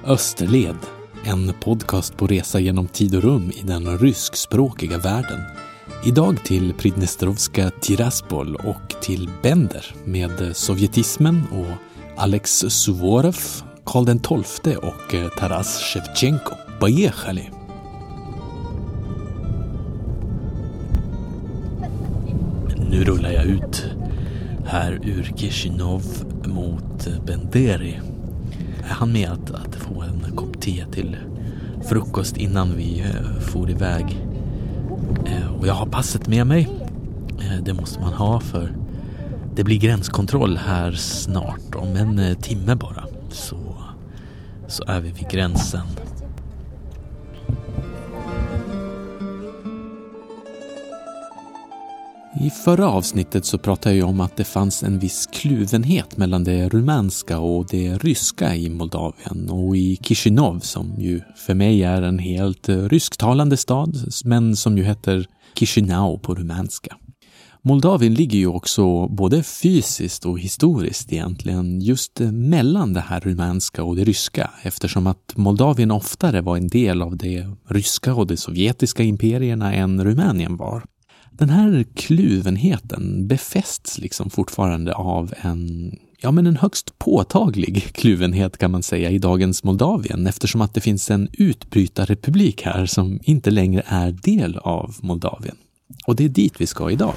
Österled, en podcast på resa genom tid och rum i den ryskspråkiga världen. Idag till Pridnestrovska Tiraspol och till Bender med sovjetismen och Alex Suvorov, Karl XII och Taras Shevchenko. Поехали! Nu rullar jag ut här ur Kishinov mot Benderi. Jag hann med att få en kopp te till frukost innan vi for iväg. Och jag har passet med mig. Det måste man ha, för det blir gränskontroll här snart. Om en timme bara så är vi vid gränsen. I förra avsnittet så pratade jag om att det fanns en viss kluvenhet mellan det rumänska och det ryska i Moldavien och i Chisinau, som ju för mig är en helt rysktalande stad, men som ju heter Chisinau på rumänska. Moldavien ligger ju också både fysiskt och historiskt egentligen just mellan det här rumänska och det ryska, eftersom att Moldavien oftare var en del av det ryska och de sovjetiska imperierna än Rumänien var. Den här kluvenheten befästs liksom fortfarande av en högst påtaglig kluvenhet, kan man säga, i dagens Moldavien, eftersom att det finns en utbrytarrepublik här som inte längre är del av Moldavien. Och det är dit vi ska idag.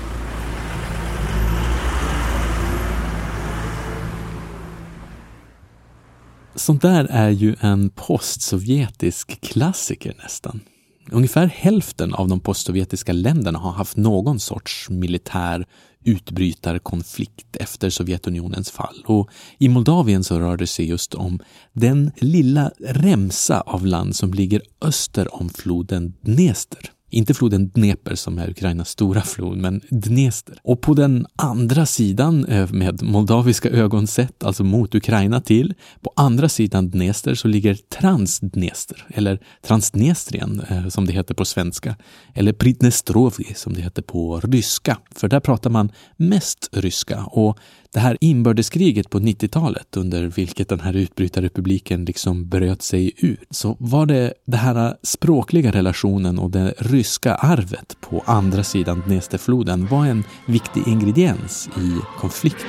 Sånt där är ju en postsovjetisk klassiker nästan. Ungefär hälften av de postsovjetiska länderna har haft någon sorts militär utbrytarkonflikt efter Sovjetunionens fall. Och i Moldavien så rör det sig just om den lilla remsa av land som ligger öster om floden Dnester. Inte floden Dnepr som är Ukrainas stora flod, men Dnester. Och på den andra sidan, med moldaviska ögon sett, alltså mot Ukraina till, på andra sidan Dnester så ligger Transdnester, eller Transdnestrien som det heter på svenska, eller Pridnestrovje som det heter på ryska. För där pratar man mest ryska, och det här inbördeskriget på 90-talet, under vilket den här utbrytarrepubliken liksom bröt sig ut, så var det här språkliga relationen och det ryska arvet på andra sidan Dnesterfloden var en viktig ingrediens i konflikten.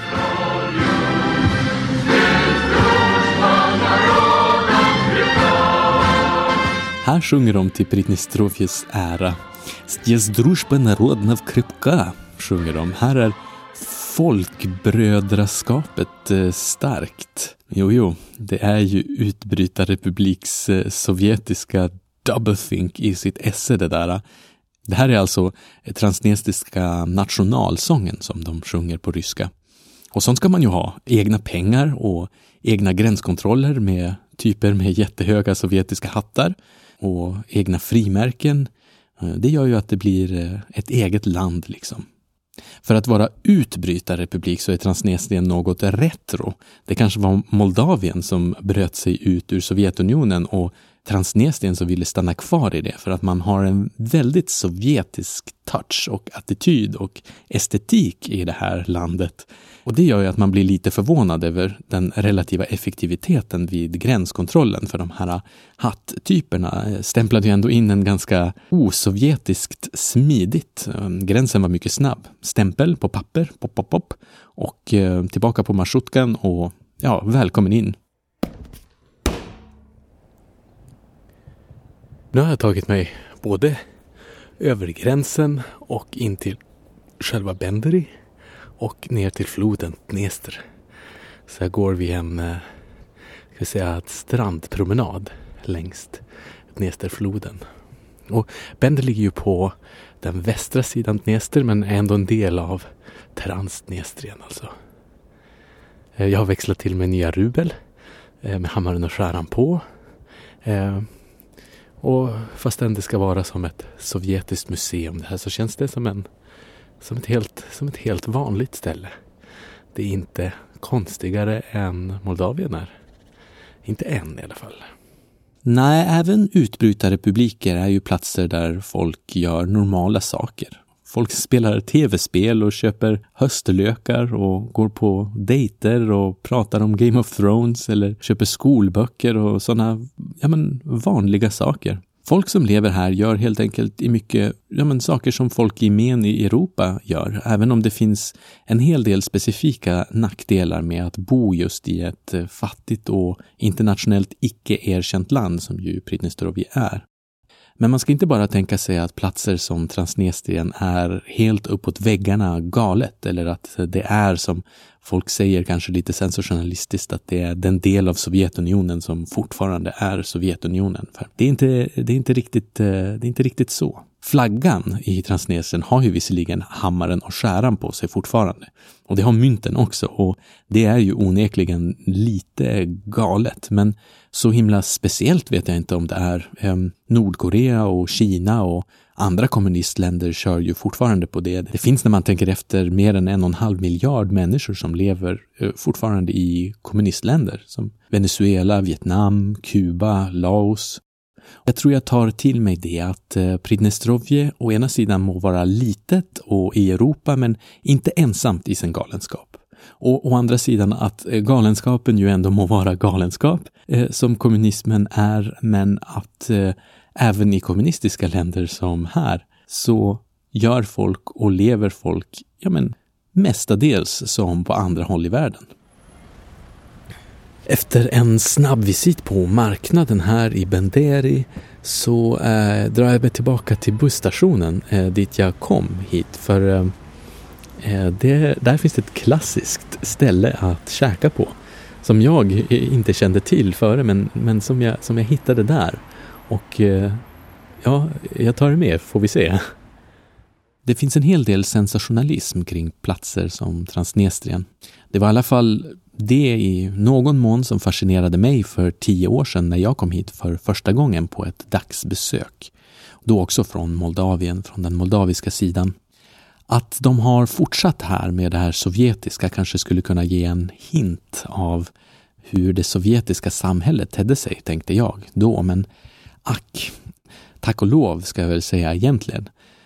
Här sjunger de till Pridnestrovjes ära. Здесь дружба народна крепка, sjunger de. Här är folkbrödraskapet starkt. Jo, det är ju utbrytarrepubliks sovjetiska doublethink i sitt esse det där. Det här är alltså transdnestriska nationalsången som de sjunger på ryska. Och sånt ska man ju ha. Egna pengar och egna gränskontroller med typer med jättehöga sovjetiska hattar och egna frimärken. Det gör ju att det blir ett eget land liksom. För att vara utbrytarrepublik så är Transnistrien något retro. Det kanske var Moldavien som bröt sig ut ur Sovjetunionen och Transnistrien som ville stanna kvar i det, för att man har en väldigt sovjetisk touch och attityd och estetik i det här landet. Och det gör ju att man blir lite förvånad över den relativa effektiviteten vid gränskontrollen, för de här hatttyperna stämplade ju ändå in en ganska osovjetiskt smidigt. Gränsen var mycket snabb. Stämpel på papper, pop, pop, pop, och tillbaka på marschrutkan och ja, välkommen in. Nu har jag tagit mig både över gränsen och in till själva Benderi och ner till floden Dnester. Så här går vi en strandpromenad längs Dnesterfloden. Och Bender ligger ju på den västra sidan Dnester, men är ändå en del av Transdnestrien alltså. Jag har växlat till med nya rubel med hammaren och skäran på. Och fastän det ska vara som ett sovjetiskt museum det här, så känns det som ett helt vanligt ställe. Det är inte konstigare än Moldavien är. Inte än i alla fall. Nej, även utbrytarrepubliker är ju platser där folk gör normala saker. Folk spelar tv-spel och köper höstlökar och går på dejter och pratar om Game of Thrones eller köper skolböcker och sådana vanliga saker. Folk som lever här gör helt enkelt i mycket saker som folk i gemen i Europa gör, även om det finns en hel del specifika nackdelar med att bo just i ett fattigt och internationellt icke-erkänt land som ju Pridnestrovje är. Men man ska inte bara tänka sig att platser som Transnistrien är helt uppåt väggarna galet, eller att det är, som folk säger kanske lite sensationalistiskt, att det är den del av Sovjetunionen som fortfarande är Sovjetunionen. För det är inte riktigt så. Flaggan i Transnistrien har ju visserligen hammaren och skäran på sig fortfarande. Och det har mynten också, och det är ju onekligen lite galet. Men så himla speciellt vet jag inte om det är. Nordkorea och Kina och andra kommunistländer kör ju fortfarande på det. Det finns, när man tänker efter, mer än 1,5 miljard människor som lever fortfarande i kommunistländer. Som Venezuela, Vietnam, Kuba, Laos. Jag tror jag tar till mig det att Pridnestrovje å ena sidan må vara litet och i Europa, men inte ensamt i sin galenskap. Och å andra sidan att galenskapen ju ändå må vara galenskap som kommunismen är, men att även i kommunistiska länder som här så gör folk och lever folk mestadels som på andra håll i världen. Efter en snabb visit på marknaden här i Benderi så drar jag mig tillbaka till busstationen dit jag kom hit. För där finns ett klassiskt ställe att käka på som jag inte kände till före, men som jag hittade där. Och jag tar det med, får vi se. Det finns en hel del sensationalism kring platser som Transnistrien. Det var i alla fall det i någon mån som fascinerade mig för 10 år sedan när jag kom hit för första gången på ett dagsbesök. Då också från Moldavien, från den moldaviska sidan. Att de har fortsatt här med det här sovjetiska kanske skulle kunna ge en hint av hur det sovjetiska samhället tedde sig, tänkte jag då. Men tack och lov ska jag väl säga egentligen.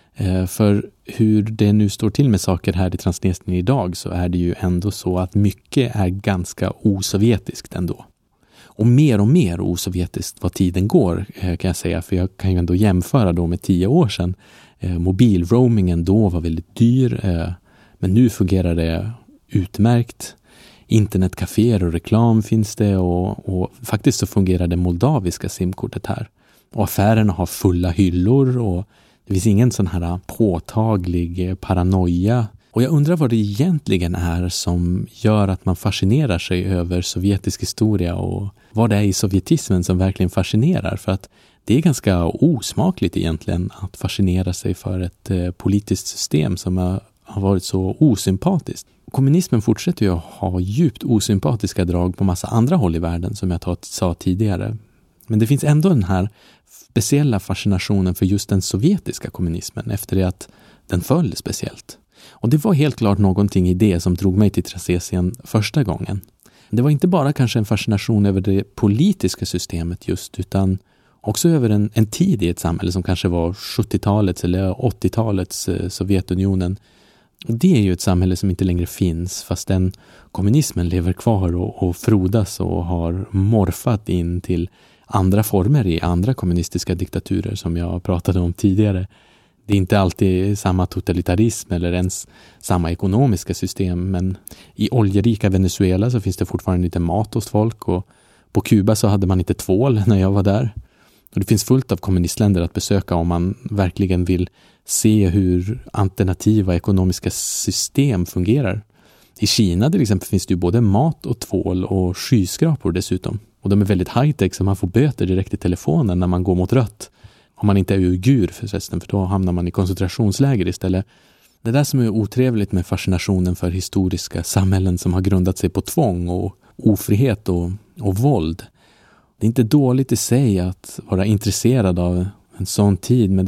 För hur det nu står till med saker här i Transnistrien idag så är det ju ändå så att mycket är ganska osovjetiskt ändå. Och mer osovjetiskt vad tiden går kan jag säga, för jag kan ju ändå jämföra då med 10 år sedan. Mobilroamingen då var väldigt dyr, men nu fungerar det utmärkt. Internetcaféer och reklam finns det och faktiskt så fungerar det moldaviska simkortet här. Och affärerna har fulla hyllor och det finns ingen sån här påtaglig paranoia. Och jag undrar vad det egentligen är som gör att man fascinerar sig över sovjetisk historia och vad det är i sovjetismen som verkligen fascinerar. För att det är ganska osmakligt egentligen att fascinera sig för ett politiskt system som har varit så osympatiskt. Kommunismen fortsätter ju att ha djupt osympatiska drag på massa andra håll i världen som jag sa tidigare. Men det finns ändå den här speciella fascinationen för just den sovjetiska kommunismen efter det att den föll speciellt. Och det var helt klart någonting i det som drog mig till Transnistrien första gången. Det var inte bara kanske en fascination över det politiska systemet just, utan också över en tid i ett samhälle som kanske var 70-talets eller 80-talets Sovjetunionen. Och det är ju ett samhälle som inte längre finns, fast den kommunismen lever kvar och frodas och har morfat in till andra former i andra kommunistiska diktaturer som jag pratade om tidigare. Det är inte alltid samma totalitarism eller ens samma ekonomiska system, men i oljerika Venezuela så finns det fortfarande inte mat hos folk, och på Kuba så hade man inte tvål när jag var där. Och det finns fullt av kommunistländer att besöka om man verkligen vill se hur alternativa ekonomiska system fungerar. I Kina till exempel finns det ju både mat och tvål och skyskrapor dessutom. Och de är väldigt high-tech så man får böter direkt i telefonen när man går mot rött. Om man inte är uigur förresten, för då hamnar man i koncentrationsläger istället. Det där som är otrevligt med fascinationen för historiska samhällen som har grundat sig på tvång och ofrihet och våld. Det är inte dåligt i sig att vara intresserad av en sån tid, men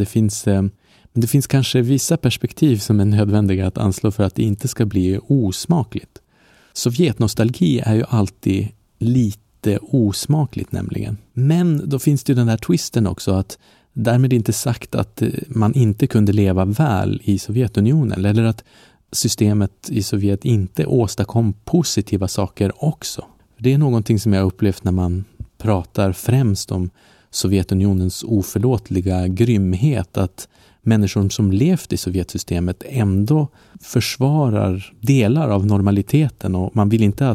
det finns kanske vissa perspektiv som är nödvändiga att anslå för att det inte ska bli osmakligt. Sovjetnostalgi är ju alltid lite osmakligt nämligen. Men då finns det ju den där twisten också att Därmed inte sagt att man inte kunde leva väl i Sovjetunionen eller att systemet i Sovjet inte åstadkom positiva saker också. Det är någonting som jag upplevt när man pratar främst om Sovjetunionens oförlåtliga grymhet, att människor som levt i Sovjetsystemet ändå försvarar delar av normaliteten, och man vill inte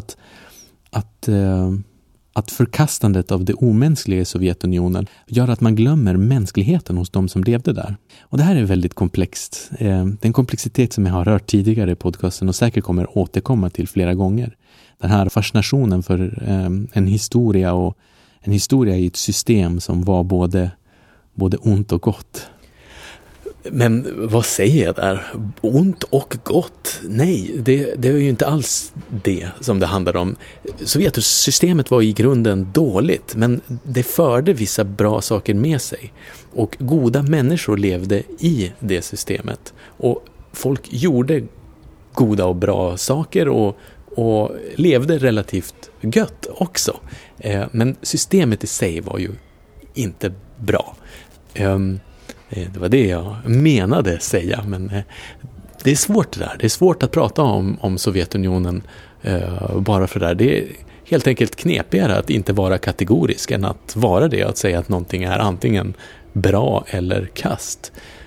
att förkastandet av det omänskliga i Sovjetunionen gör att man glömmer mänskligheten hos de som levde där. Och det här är väldigt komplext. Det är en komplexitet som jag har rört tidigare i podcasten och säkert kommer återkomma till flera gånger. Den här fascinationen för en historia och en historia i ett system som var både ont och gott. Men vad säger jag där? Ont och gott? Nej, det är ju inte alls det som det handlar om. Sovjetsystemet var i grunden dåligt, men det förde vissa bra saker med sig. Och goda människor levde i det systemet. Och folk gjorde goda och bra saker och levde relativt gött också. Men systemet i sig var ju inte bra. Det var det jag menade säga, men det är svårt det där. Det är svårt att prata om Sovjetunionen bara för det där. Det är helt enkelt knepigare att inte vara kategorisk än att vara det, att säga att någonting är antingen bra eller kast.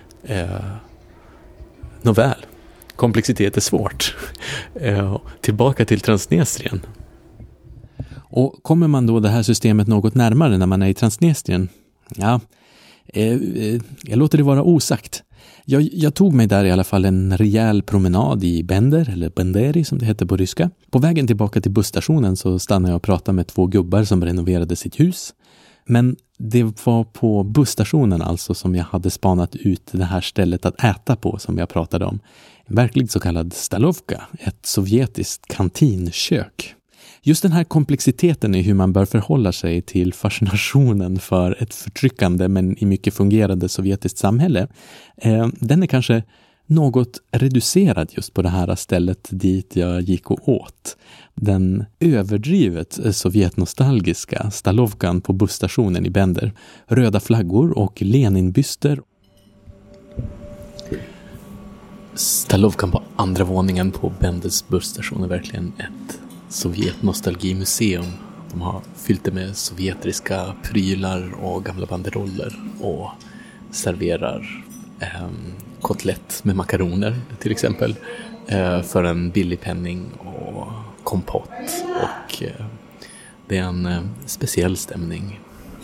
Nåväl, komplexitet är svårt. Tillbaka till Transnistrien. Och kommer man då det här systemet något närmare när man är i Transnistrien? Ja, jag låter det vara osagt. Jag tog mig där i alla fall en rejäl promenad i Bender, eller Benderi som det heter på ryska. På vägen tillbaka till busstationen så stannade jag och pratade med 2 gubbar som renoverade sitt hus. Men det var på busstationen alltså som jag hade spanat ut det här stället att äta på som jag pratade om. En verkligt så kallad stalovka, ett sovjetiskt kantinkök. Just den här komplexiteten i hur man bör förhålla sig till fascinationen för ett förtryckande men i mycket fungerande sovjetiskt samhälle, den är kanske något reducerad just på det här stället dit jag gick och åt. Den överdrivet sovjetnostalgiska stalovkan på busstationen i Bender. Röda flaggor och Leninbyster. Stalovkan på andra våningen på Benders busstation är verkligen ett Sovjetnostalgimuseum. De har fyllt det med sovjetiska prylar och gamla banderoller och serverar kotlett med makaroner till exempel för en billig penning och kompott, och det är en speciell stämning.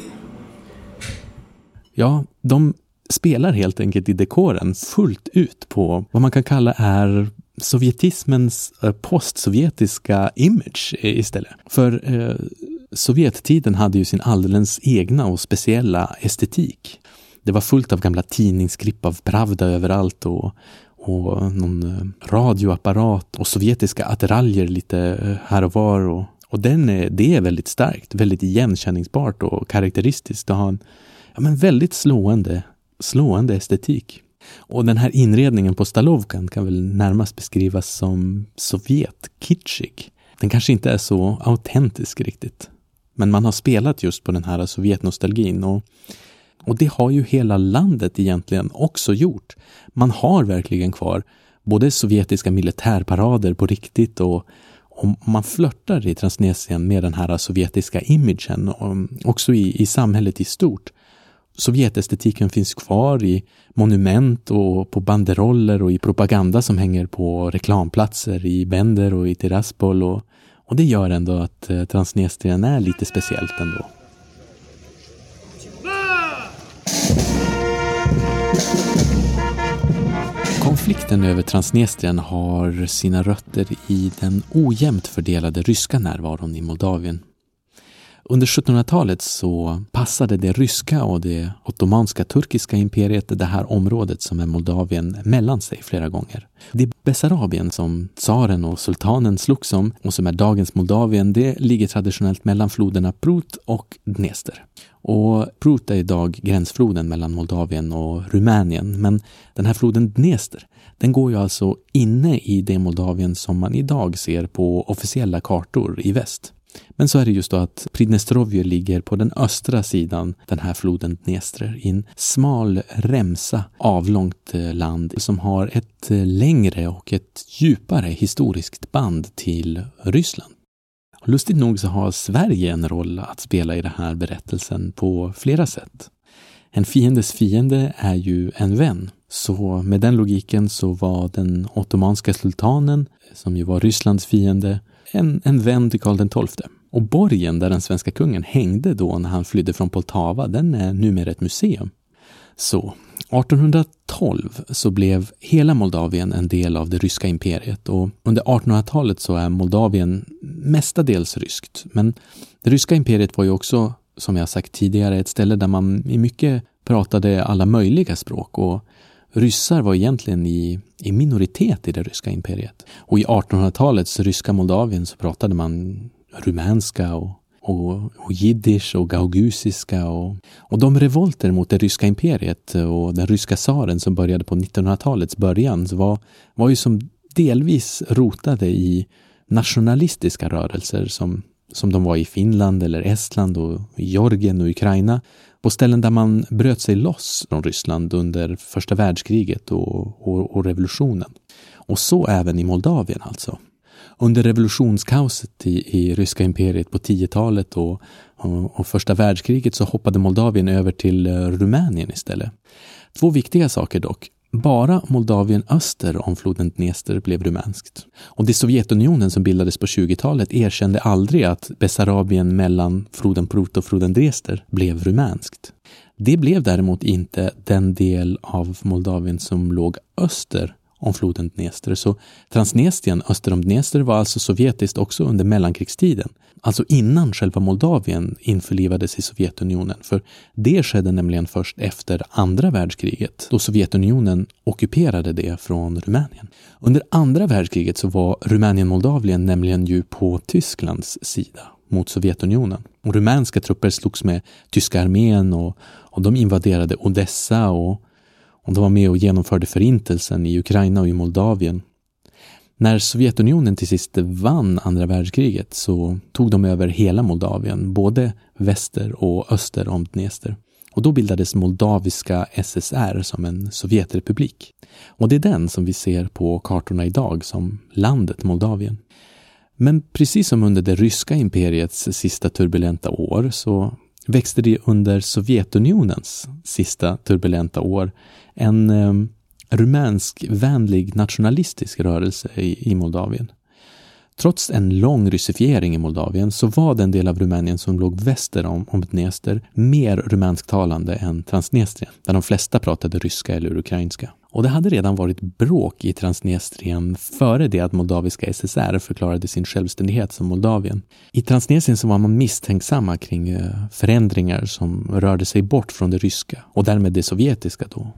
Ja, de spelar helt enkelt i dekoren fullt ut på vad man kan kalla är sovjetismens postsovjetiska image istället. För Sovjettiden hade ju sin alldeles egna och speciella estetik. Det var fullt av gamla tidningsklipp av Pravda överallt och någon radioapparat och sovjetiska attiraljer lite här och var. Och det är väldigt starkt, väldigt igenkänningsbart och karaktäristiskt. Det har en väldigt slående estetik. Och den här inredningen på stalovkan kan väl närmast beskrivas som sovjetkitschig. Den kanske inte är så autentisk riktigt. Men man har spelat just på den här sovjetnostalgin och det har ju hela landet egentligen också gjort. Man har verkligen kvar både sovjetiska militärparader på riktigt och man flörtar i Transnistrien med den här sovjetiska imagen och också i samhället i stort. Sovjetestetiken finns kvar i monument och på banderoller och i propaganda som hänger på reklamplatser i Bender och i Tiraspol och det gör ändå att Transnistrien är lite speciellt ändå. Konflikten över Transnistrien har sina rötter i den ojämnt fördelade ryska närvaron i Moldavien. Under 1700-talet så passade det ryska och det ottomanska turkiska imperiet det här området som är Moldavien mellan sig flera gånger. Det Bessarabien som tsaren och sultanen slogs om och som är dagens Moldavien, det ligger traditionellt mellan floderna Prut och Dnester. Och Prut är idag gränsfloden mellan Moldavien och Rumänien, men den här floden Dnester, den går ju alltså inne i det Moldavien som man idag ser på officiella kartor i väst. Men så är det just då att Pridnestrovje ligger på den östra sidan den här floden Dnestr i en smal remsa avlångt land som har ett längre och ett djupare historiskt band till Ryssland. Och lustigt nog så har Sverige en roll att spela i den här berättelsen på flera sätt. En fiendes fiende är ju en vän. Så med den logiken så var den ottomanska sultanen, som ju var Rysslands fiende, en vän till Karl XII. Och borgen där den svenska kungen hängde då när han flydde från Poltava, den är numera ett museum. Så 1812 så blev hela Moldavien en del av det ryska imperiet, och under 1800-talet så är Moldavien mestadels ryskt. Men det ryska imperiet var ju också, som jag sagt tidigare, ett ställe där man i mycket pratade alla möjliga språk, och ryssar var egentligen i minoritet i det ryska imperiet. Och i 1800-talets ryska Moldavien så pratade man rumänska och jiddisch och gaugusiska, och de revolter mot det ryska imperiet och den ryska tsaren som började på 1900-talets början så var ju som delvis rotade i nationalistiska rörelser som de var i Finland eller Estland och Georgien och Ukraina, på ställen där man bröt sig loss från Ryssland under första världskriget och revolutionen. Och så även i Moldavien alltså. Under revolutionskaoset i ryska imperiet på 10-talet och första världskriget så hoppade Moldavien över till Rumänien istället. Två viktiga saker dock. Bara Moldavien öster om floden Dnestr blev rumänskt. Och det Sovjetunionen som bildades på 20-talet erkände aldrig att Bessarabien mellan floden Prut och floden Dnestr blev rumänskt. Det blev däremot inte den del av Moldavien som låg öster om floden Dnestr. Så Transnistrien öster om Dnestr var alltså sovjetiskt också under mellankrigstiden. Alltså innan själva Moldavien införlivades i Sovjetunionen. För det skedde nämligen först efter andra världskriget, då Sovjetunionen ockuperade det från Rumänien. Under andra världskriget så var Rumänien-Moldavien nämligen ju på Tysklands sida mot Sovjetunionen. Och rumänska trupper slogs med tyska armén och de invaderade Odessa och de var med och genomförde förintelsen i Ukraina och i Moldavien. När Sovjetunionen till sist vann andra världskriget så tog de över hela Moldavien, både väster och öster om Dnestr. Och då bildades Moldaviska SSR som en Sovjetrepublik. Och det är den som vi ser på kartorna idag som landet Moldavien. Men precis som under det ryska imperiets sista turbulenta år så växte det under Sovjetunionens sista turbulenta år en rumänskvänlig nationalistisk rörelse i Moldavien. Trots en lång ryssifiering i Moldavien så var den del av Rumänien som låg väster om Dnestr mer rumänsktalande än Transnistrien, där de flesta pratade ryska eller ukrainska. Och det hade redan varit bråk i Transnistrien före det att Moldaviska SSR förklarade sin självständighet som Moldavien. I Transnistrien så var man misstänksamma kring förändringar som rörde sig bort från det ryska och därmed det sovjetiska då.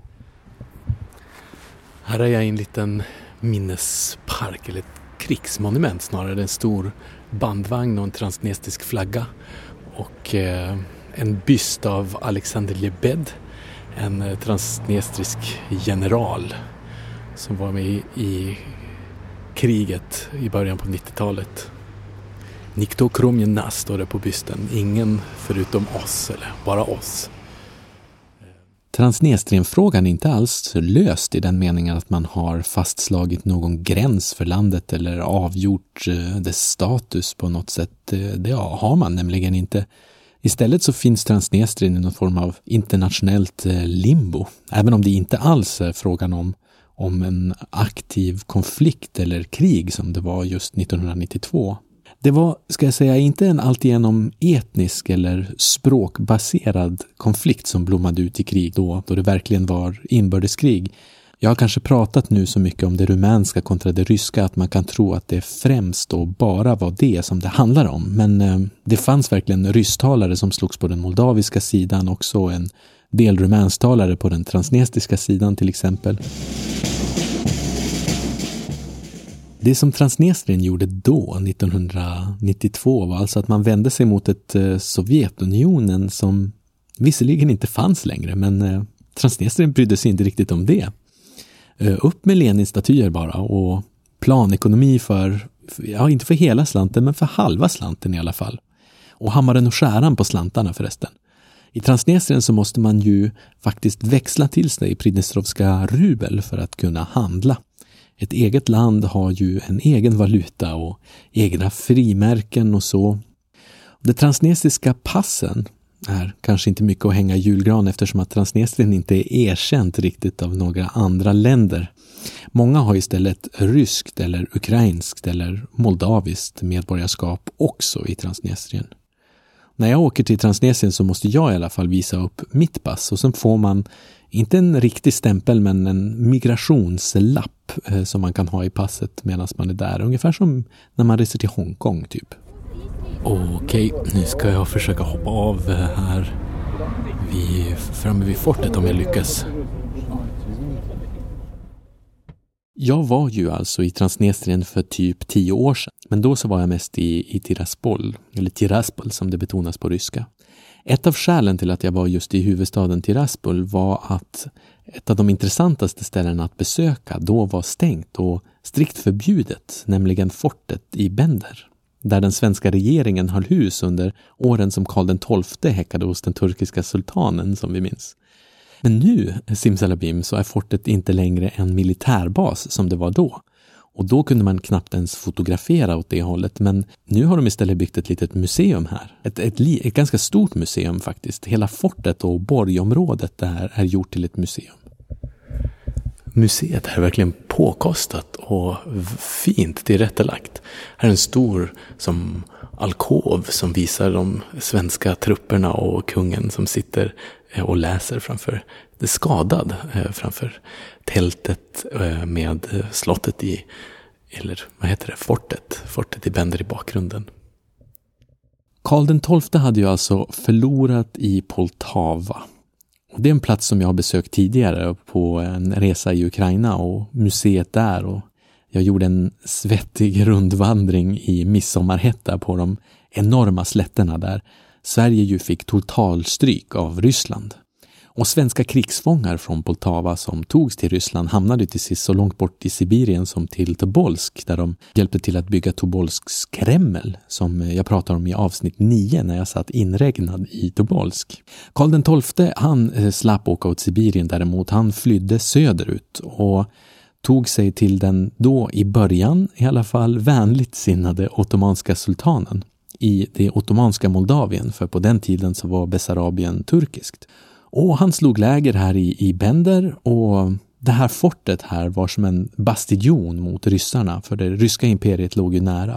Här är jag i en liten minnespark eller ett krigsmonument snarare, en stor bandvagn och en transnistrisk flagga och en byst av Alexander Lebed, en transnistrisk general som var med i kriget i början på 90-talet. Nikto kromje nas står det på bysten, ingen förutom oss eller bara oss. Transnistrienfrågan är inte alls löst i den meningen att man har fastslagit någon gräns för landet eller avgjort dess status på något sätt. Det har man nämligen inte. Istället så finns Transnistrien i någon form av internationellt limbo. Även om det inte alls är frågan om en aktiv konflikt eller krig som det var just 1992. Det var, ska jag säga, inte en alltigenom etnisk eller språkbaserad konflikt som blommade ut i krig då det verkligen var inbördeskrig. Jag har kanske pratat nu så mycket om det rumänska kontra det ryska att man kan tro att det främst och bara var det som det handlar om. Men det fanns verkligen rysstalare som slogs på den moldaviska sidan, också en del rumänstalare på den transnistriska sidan till exempel. Det som Transnistrien gjorde då, 1992, var alltså att man vände sig mot ett Sovjetunionen som visserligen inte fanns längre, men Transnistrien brydde sig inte riktigt om det. Upp med Lenin-statyer bara och planekonomi för Ja, inte för hela slanten, men för halva slanten i alla fall. Och hammaren och skäran på slantarna förresten. I Transnistrien så måste man ju faktiskt växla till sig Pridnestrovska rubel för att kunna handla. Ett eget land har ju en egen valuta och egna frimärken och så. De transnistriska passen är kanske inte mycket att hänga i julgran eftersom att Transnistrien inte är erkänt riktigt av några andra länder. Många har istället ryskt eller ukrainskt eller moldaviskt medborgarskap också i Transnistrien. När jag åker till Transnistrien så måste jag i alla fall visa upp mitt pass och sen får man inte en riktig stämpel men en migrationslapp som man kan ha i passet medan man är där. Ungefär som när man reser till Hongkong typ. Okej, nu ska jag försöka hoppa av här framme vid fortet om jag lyckas. Jag var ju alltså i Transnistrien för typ 10 år sedan. Men då så var jag mest i Tiraspol, eller Tiraspol som det betonas på ryska. Ett av skälen till att jag var just i huvudstaden Tiraspol var att ett av de intressantaste ställena att besöka då var stängt och strikt förbjudet, nämligen fortet i Bender. Där den svenska regeringen höll hus under åren som Karl XII häckade hos den turkiska sultanen som vi minns. Men nu, simsalabim, så är fortet inte längre en militärbas som det var då. Och då kunde man knappt ens fotografera åt det hållet. Men nu har de istället byggt ett litet museum här. Ett ganska stort museum faktiskt. Hela fortet och borgområdet där är gjort till ett museum. Museet är verkligen påkostat och fint tillrättalagt. Här är en stor som alkov som visar de svenska trupperna och kungen som sitter och läser framför det skadad framför tältet med slottet i, eller vad heter det, fortet i Bender i bakgrunden. Karl XII hade ju alltså förlorat i Poltava. Och det är en plats som jag har besökt tidigare på en resa i Ukraina och museet där, och jag gjorde en svettig rundvandring i Midsommarhätta på de enorma slätterna där Sverige ju fick totalstryk av Ryssland. Och svenska krigsfångar från Poltava som togs till Ryssland hamnade till sist så långt bort i Sibirien som till Tobolsk, där de hjälpte till att bygga Tobolsks Kreml som jag pratar om i avsnitt 9 när jag satt inregnad i Tobolsk. Karl XII han slapp åka åt Sibirien däremot, han flydde söderut och tog sig till den då i början i alla fall vänligt sinnade ottomanska sultanen i det ottomanska Moldavien, för på den tiden så var Bessarabien turkiskt. Och han slog läger här i Bender, och det här fortet här var som en bastion mot ryssarna, för det ryska imperiet låg ju nära.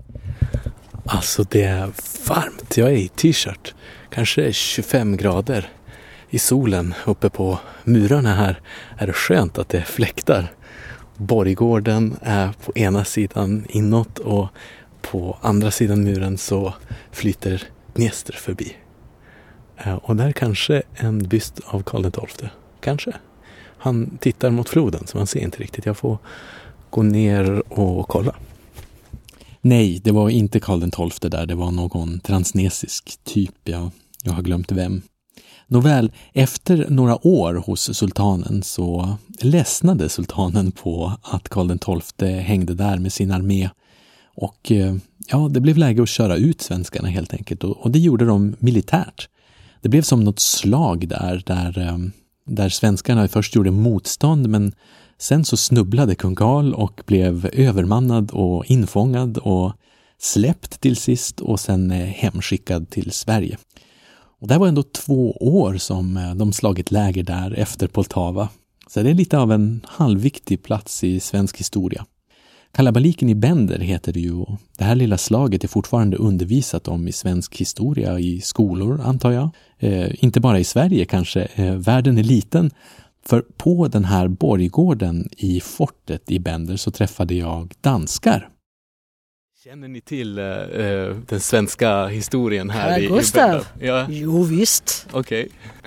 Alltså det är varmt, jag är i t-shirt, kanske 25 grader i solen uppe på murarna här. Är det skönt att det fläktar. Borggården är på ena sidan inåt och på andra sidan muren så flyter Dnester förbi. Och där kanske en byst av Karl XII. Kanske. Han tittar mot floden så man ser inte riktigt. Jag får gå ner och kolla. Nej, det var inte Karl XII där. Det var någon transnesisk typ. Jag har glömt vem. Nåväl, efter några år hos sultanen så ledsnade sultanen på att Karl XII hängde där med sin armé. Och ja, det blev läge att köra ut svenskarna helt enkelt. Och det gjorde de militärt. Det blev som något slag där svenskarna först gjorde motstånd, men sen så snubblade kung Karl och blev övermannad och infångad och släppt till sist och sen hemskickad till Sverige. Och det var ändå 2 år som de slagit läger där efter Poltava. Så det är lite av en halvviktig plats i svensk historia. Kalabaliken i Bender heter det ju, och det här lilla slaget är fortfarande undervisat om i svensk historia i skolor, antar jag. Inte bara i Sverige kanske, världen är liten. För på den här borggården i fortet i Bender så träffade jag danskar. Känner ni till den svenska historien här i Bender? Ja. Jo, visst. Okej.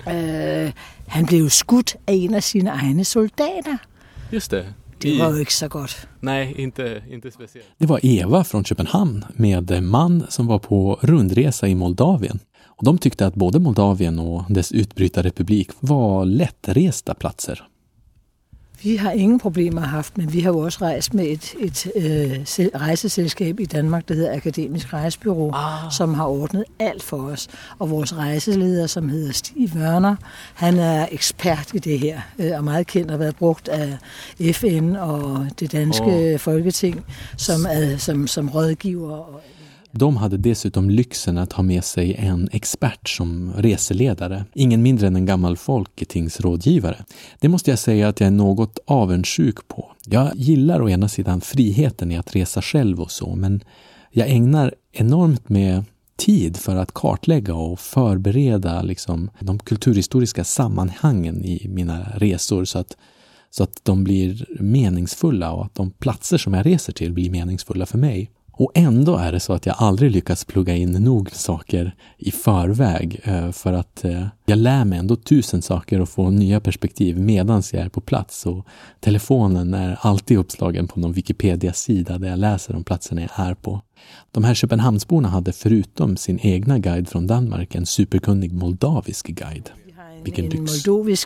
Han blev ju skudt av en av sina egna soldater. Just det. Det var ju inte så gott. Nej, inte speciellt. Det var Eva från Köpenhamn med man som var på rundresa i Moldavien. Och de tyckte att både Moldavien och dess utbrytarrepublik var lättresta platser. Vi har ingen problemer haft, men vi har jo også rejst med et rejseselskab i Danmark, der hedder Akademisk Rejsbyrå, som har ordnet alt for os. Og vores rejseleder, som hedder Stig Wörner, han er ekspert i det her, og meget kendt og været brugt af FN og det danske folketing som rådgiver. De hade dessutom lyxen att ha med sig en expert som reseledare, ingen mindre än en gammal folketingsrådgivare. Det måste jag säga att jag är något avundsjuk på. Jag gillar å ena sidan friheten i att resa själv och så, men jag ägnar enormt med tid för att kartlägga och förbereda liksom de kulturhistoriska sammanhangen i mina resor så att de blir meningsfulla och att de platser som jag reser till blir meningsfulla för mig. Och ändå är det så att jag aldrig lyckas plugga in nog saker i förväg för att jag lär mig ändå 1000 saker och får nya perspektiv medans jag är på plats. Och telefonen är alltid uppslagen på någon Wikipedia-sida där jag läser om platserna jag är på. De här Köpenhamnsborna hade förutom sin egna guide från Danmark en superkunnig moldavisk guide. Vilken lyx. En moldavisk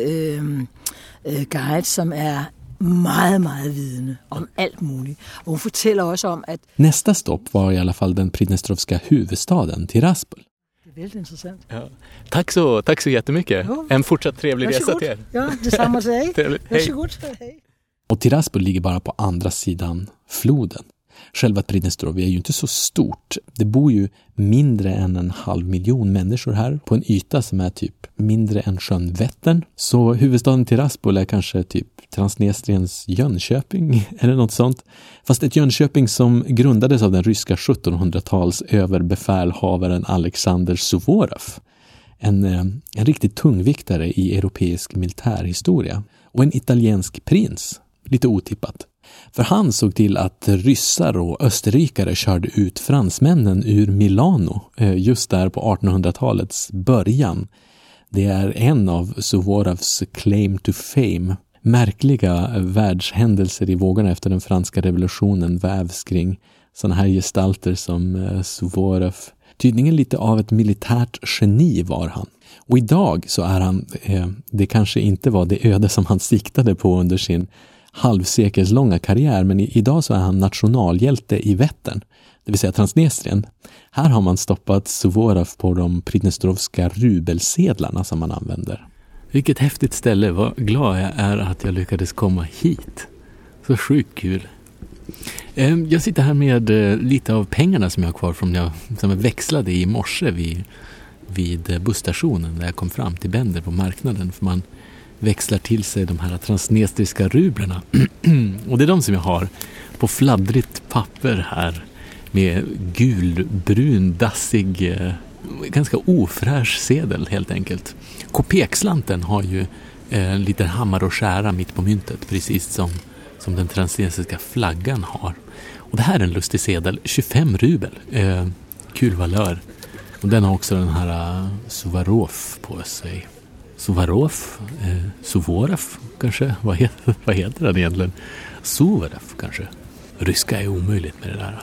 guide som är meget, meget vidende om alt muligt. Och hon fortæller också om att... Nästa stopp var i alla fall den pridnestrovska huvudstaden Tiraspol. Det är väldigt intressant. Ja. Tack så jättemycket. Ja. En fortsatt trevlig resa till er. Ja, detsamma till dig. Varsågod. Hej. Och Tiraspol ligger bara på andra sidan floden. Själva Pridnestrov är ju inte så stort. Det bor ju mindre än 500 000 människor här på en yta som är typ mindre än sjön Vättern. Så huvudstaden Tiraspol är kanske typ Transnistriens Jönköping eller något sånt. Fast ett Jönköping som grundades av den ryska 1700-tals överbefälhavaren Alexander Suvorov. En riktigt tungviktare i europeisk militärhistoria. Och en italiensk prins. Lite otippat. För han såg till att ryssar och österrikare körde ut fransmännen ur Milano just där på 1800-talets början. Det är en av Suvorovs claim to fame. Märkliga världshändelser i vågorna efter den franska revolutionen vävs kring sådana här gestalter som Suvorov. Tydligen lite av ett militärt geni var han. Och idag så är han, det kanske inte var det öde som han siktade på under sin halvsekelslånga karriär, men idag så är han nationalhjälte i Vättern, det vill säga Transnistrien. Här har man stoppat Suvorov på de pridnestrovska rubelsedlarna som man använder. Vilket häftigt ställe, vad glad jag är att jag lyckades komma hit. Så sjukt kul. Jag sitter här med lite av pengarna som jag har kvar som jag växlade i morse vid busstationen där jag kom fram till Bender på marknaden, för man växlar till sig de här transnistriska rublerna. Och det är de som jag har på fladdrigt papper här med gulbrun, dassig, ganska ofräsch sedel helt enkelt. Kopeksslanten har ju en liten hammare och skära mitt på myntet, precis som den transnistriska flaggan har. Och det här är en lustig sedel, 25 rubel. Kul valör. Och den har också den här Suvorov på sig. Suvorov kanske? Vad heter den egentligen? Suvorov kanske. Ryska är omöjligt med det där.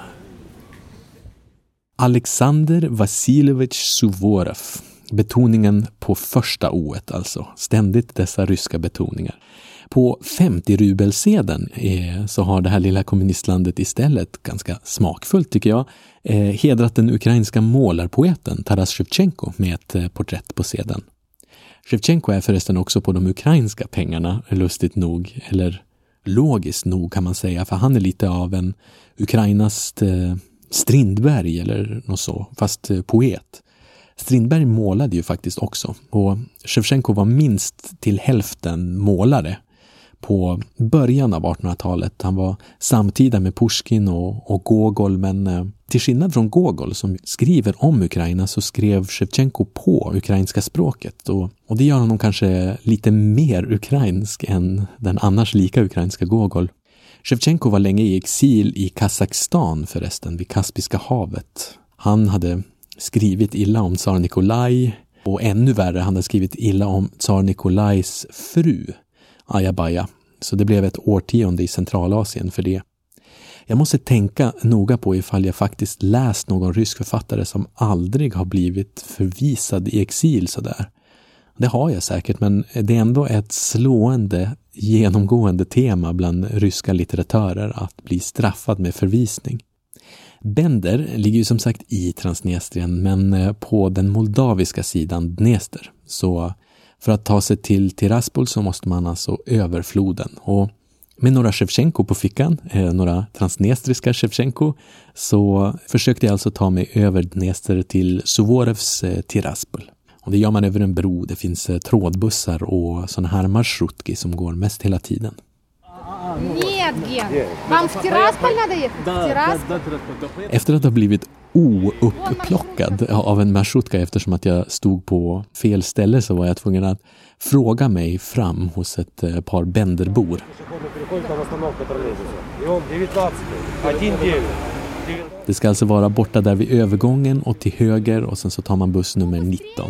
Alexander Vasiljevich Suvorov. Betoningen på första oet alltså. Ständigt dessa ryska betoningar. På 50-rubelsedeln så har det här lilla kommunistlandet istället, ganska smakfullt tycker jag, hedrat den ukrainska målarpoeten Taras Shevchenko med ett porträtt på sedeln. Shevchenko är förresten också på de ukrainska pengarna, lustigt nog, eller logiskt nog kan man säga, för han är lite av en Ukrainas Strindberg eller något så, fast poet. Strindberg målade ju faktiskt också, och Shevchenko var minst till hälften målare på början av 1800-talet. Han var samtida med Pushkin och Gogol, men till skillnad från Gogol som skriver om Ukraina så skrev Shevchenko på ukrainska språket, och det gör honom kanske lite mer ukrainsk än den annars lika ukrainska Gogol. Shevchenko var länge i exil i Kazakstan förresten, vid Kaspiska havet. Han hade skrivit illa om tsar Nikolaj, och ännu värre, han hade skrivit illa om tsar Nikolajs fru, Ajabaja. Så det blev ett årtionde i Centralasien för det. Jag måste tänka noga på ifall jag faktiskt läst någon rysk författare som aldrig har blivit förvisad i exil sådär. Det har jag säkert, men det är ändå ett slående genomgående tema bland ryska litteratörer att bli straffad med förvisning. Bender ligger ju som sagt i Transnistrien, men på den moldaviska sidan Dnester. Så för att ta sig till Tiraspol så måste man alltså över floden. Och med några Shevchenko på fickan, några transnistriska Shevchenko, så försökte jag alltså ta mig över Dnester till Suvorevs Tiraspol. Och det gör man över en bro, det finns trådbussar och såna här marshrutki som går mest hela tiden. Efter att ha blivit oupplockad av en marsrutka eftersom att jag stod på fel ställe så var jag tvungen att fråga mig fram hos ett par Benderbor. Det ska alltså vara borta där vid övergången och till höger och sen så tar man buss nummer 19.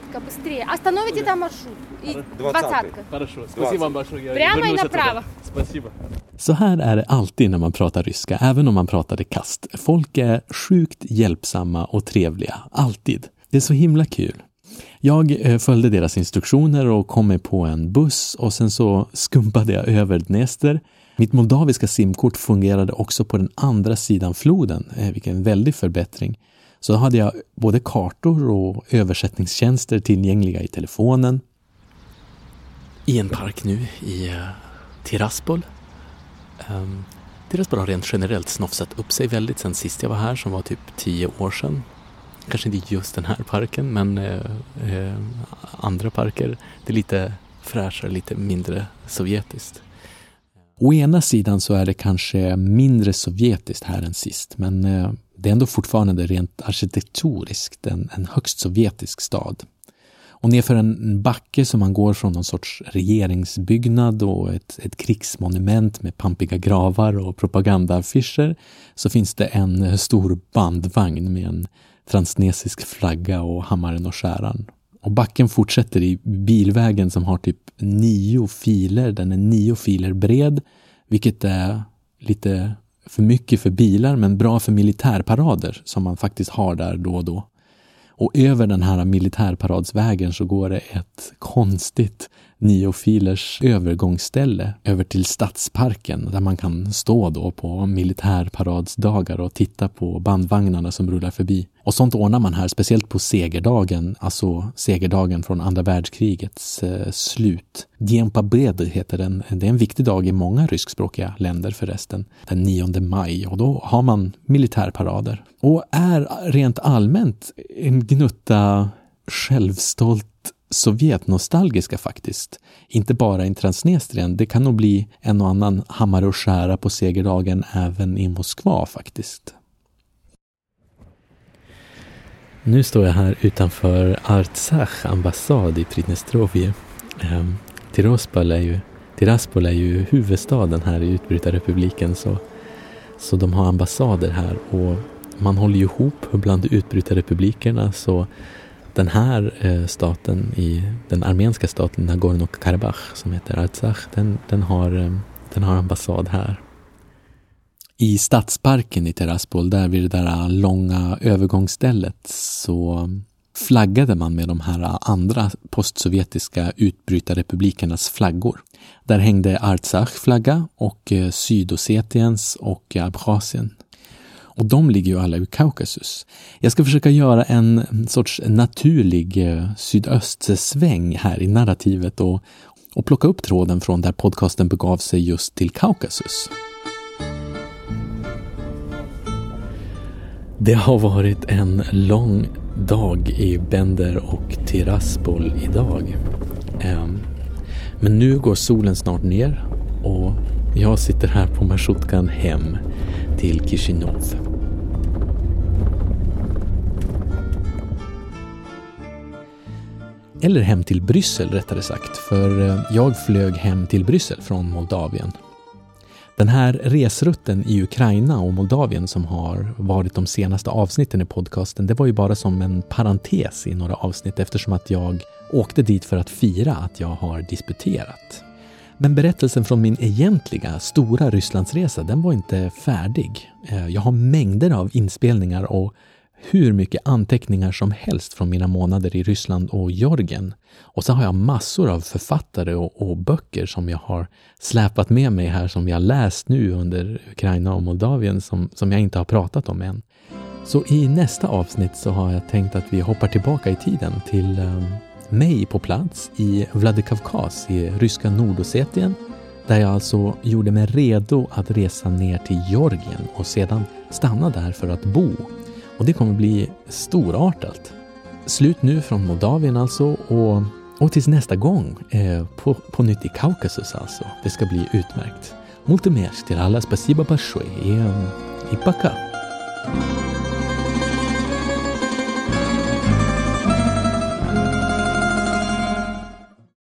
Så här är det alltid när man pratar ryska, även om man pratar det kast. Folk är sjukt hjälpsamma och trevliga, alltid. Det är så himla kul. Jag följde deras instruktioner och kom med på en buss och sen så skumpade jag över Dnester. Mitt moldaviska simkort fungerade också på den andra sidan floden, vilken väldig förbättring. Så hade jag både kartor och översättningstjänster tillgängliga i telefonen. I en park nu i Tiraspol. Tiraspol har rent generellt snofsat upp sig väldigt sen sist jag var här, som var typ 10 år sedan. Kanske inte just den här parken, men andra parker. Det är lite fräschare, lite mindre sovjetiskt. Å ena sidan så är det kanske mindre sovjetiskt här än sist, men det är ändå fortfarande rent arkitektoriskt en högst sovjetisk stad. Och nerför en backe som man går från någon sorts regeringsbyggnad och ett krigsmonument med pampiga gravar och propagandaaffischer så finns det en stor bandvagn med en transnesisk flagga och hammaren och skäran. Och backen fortsätter i bilvägen som har typ 9 filer. Den är 9 filer bred, vilket är lite för mycket för bilar men bra för militärparader som man faktiskt har där då och då. Och över den här militärparadsvägen så går det ett konstigt 9-filers övergångsställe över till Stadsparken där man kan stå då på militärparadsdagar och titta på bandvagnarna som rullar förbi. Och sånt ordnar man här, speciellt på segerdagen, alltså segerdagen från andra världskrigets slut. Dien Pobjedy heter den. Det är en viktig dag i många ryskspråkiga länder förresten, den 9 maj, och då har man militärparader. Och är rent allmänt en gnutta självstolt sovjetnostalgiska faktiskt. Inte bara i Transnistrien, det kan nog bli en och annan hammare och skära på segerdagen även i Moskva faktiskt. Nu står jag här utanför Artsakh ambassad i Pridnestrovje. Tiraspol är ju huvudstaden här i utbrytarrepubliken, så de har ambassader här och man håller ju ihop bland utbrytarrepublikerna, så den här staten, i den armenska staten Nagorno-Karabach som heter Artsakh, den har ambassad här. I Stadsparken i Tiraspol, där vid det där långa övergångsstället, så flaggade man med de här andra postsovjetiska utbrytarrepublikernas flaggor. Där hängde Artsakh-flagga och Sydossetiens och Abchasien. Och de ligger ju alla i Kaukasus. Jag ska försöka göra en sorts naturlig sydöstsväng här i narrativet och plocka upp tråden från där podcasten begav sig just till Kaukasus. Det har varit en lång dag i Bender och Tiraspol idag. Men nu går solen snart ner och jag sitter här på marshrutkan hem till Kishinov. Eller hem till Bryssel rättare sagt, för jag flög hem till Bryssel från Moldavien. Den här resrutten i Ukraina och Moldavien som har varit de senaste avsnitten i podcasten, det var ju bara som en parentes i några avsnitt eftersom att jag åkte dit för att fira att jag har disputerat. Men berättelsen från min egentliga stora Rysslandsresa, den var inte färdig. Jag har mängder av inspelningar och hur mycket anteckningar som helst från mina månader i Ryssland och Georgien. Och så har jag massor av författare och böcker som jag har släpat med mig här, som jag läst nu under Ukraina och Moldavien, som jag inte har pratat om än. Så i nästa avsnitt så har jag tänkt att vi hoppar tillbaka i tiden till mig på plats i Vladikavkaz i ryska Nordossetien, där jag alltså gjorde mig redo att resa ner till Georgien och sedan stanna där för att bo. Och det kommer bli storartat. Slut nu från Moldavien alltså, och tills nästa gång på nytt i Kaukasus alltså. Det ska bli utmärkt. Mulțumesc till alla, spasiba большое и пока.